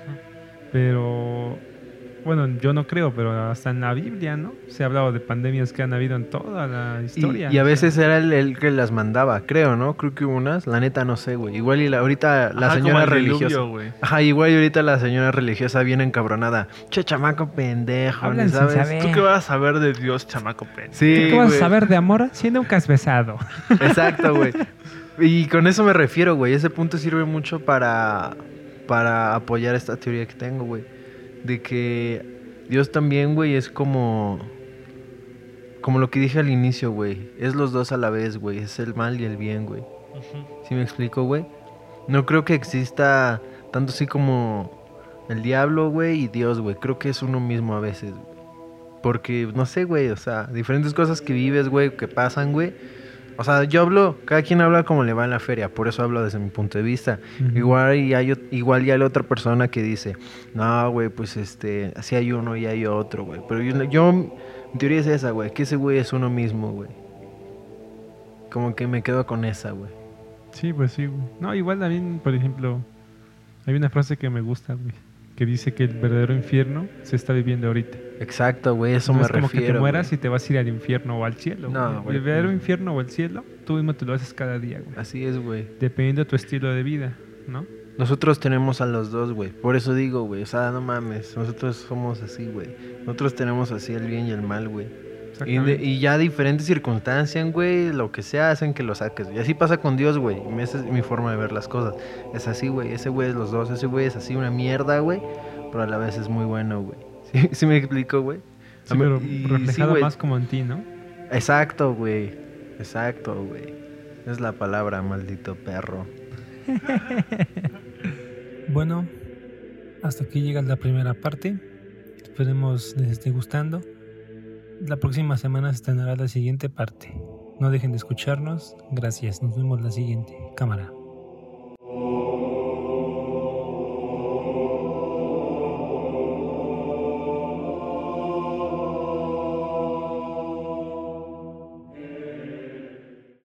Pero, bueno, yo no creo, pero hasta en la Biblia, ¿no? Se ha hablado de pandemias que han habido en toda la Y, historia. y a o veces sea. era el, el que las mandaba, creo, ¿no? Creo que hubo unas. La neta no sé, güey. Igual y la, ahorita la Ajá, como señora el religiosa. diluvio, güey. Ajá, igual y ahorita la señora religiosa viene encabronada. Che, chamaco pendejo, Hablan sin ¿sabes? saber. ¿Tú qué vas a saber de Dios, chamaco pen? Sí, ¿Tú qué vas güey. a saber de amor si nunca has besado? Exacto, güey. Y con eso me refiero, güey. Ese punto sirve mucho para, para apoyar esta teoría que tengo, güey. De que Dios también, güey, es como... Como lo que dije al inicio, güey. Es los dos a la vez, güey. Es el mal y el bien, güey. Ujú. ¿Sí me explico, güey? No creo que exista tanto así como el diablo, güey, y Dios, güey. Creo que es uno mismo a veces, güey. Porque, no sé, güey, o sea, diferentes cosas que vives, güey, que pasan, güey. O sea, yo hablo, cada quien habla como le va en la feria, por eso hablo desde mi punto de vista. Ujú. Igual y hay, ot- igual ya hay otra persona que dice, no, güey, pues este, así hay uno y hay otro, güey. Pero yo, yo, mi teoría es esa, güey, que ese güey es uno mismo, güey. Como que me quedo con esa, güey. Sí, pues sí, güey. No, igual también, por ejemplo, hay una frase que me gusta, güey, que dice que el verdadero infierno se está viviendo ahorita. Exacto, güey, eso No me es como refiero. que te mueras güey. y te vas a ir al infierno o al cielo. No, güey. güey. El verdadero infierno o el cielo, tú mismo te lo haces cada día, güey. Así es, güey. Dependiendo de tu estilo de vida, ¿no? Nosotros tenemos a los dos, güey. Por eso digo, güey. O sea, no mames. Nosotros somos así, güey. Nosotros tenemos así el bien y el mal, güey. Y, de- Exactamente. y ya diferentes circunstancias, güey, lo que sea, hacen que lo saques. Y así pasa con Dios, güey. Y esa es mi forma de ver las cosas. Es así, güey. Ese güey es los dos. Ese güey es así una mierda, güey. Pero a la vez es muy bueno, güey. ¿Sí, sí me explico, güey? Sí, A mí- pero y reflejado sí, güey. más como en ti, ¿no? Exacto, güey. Exacto, güey. Es la palabra, maldito perro. Bueno, hasta aquí llega la primera parte. Esperemos les esté gustando. La próxima semana se estrenará la siguiente parte. No dejen de escucharnos. Gracias. Nos vemos la siguiente. Cámara.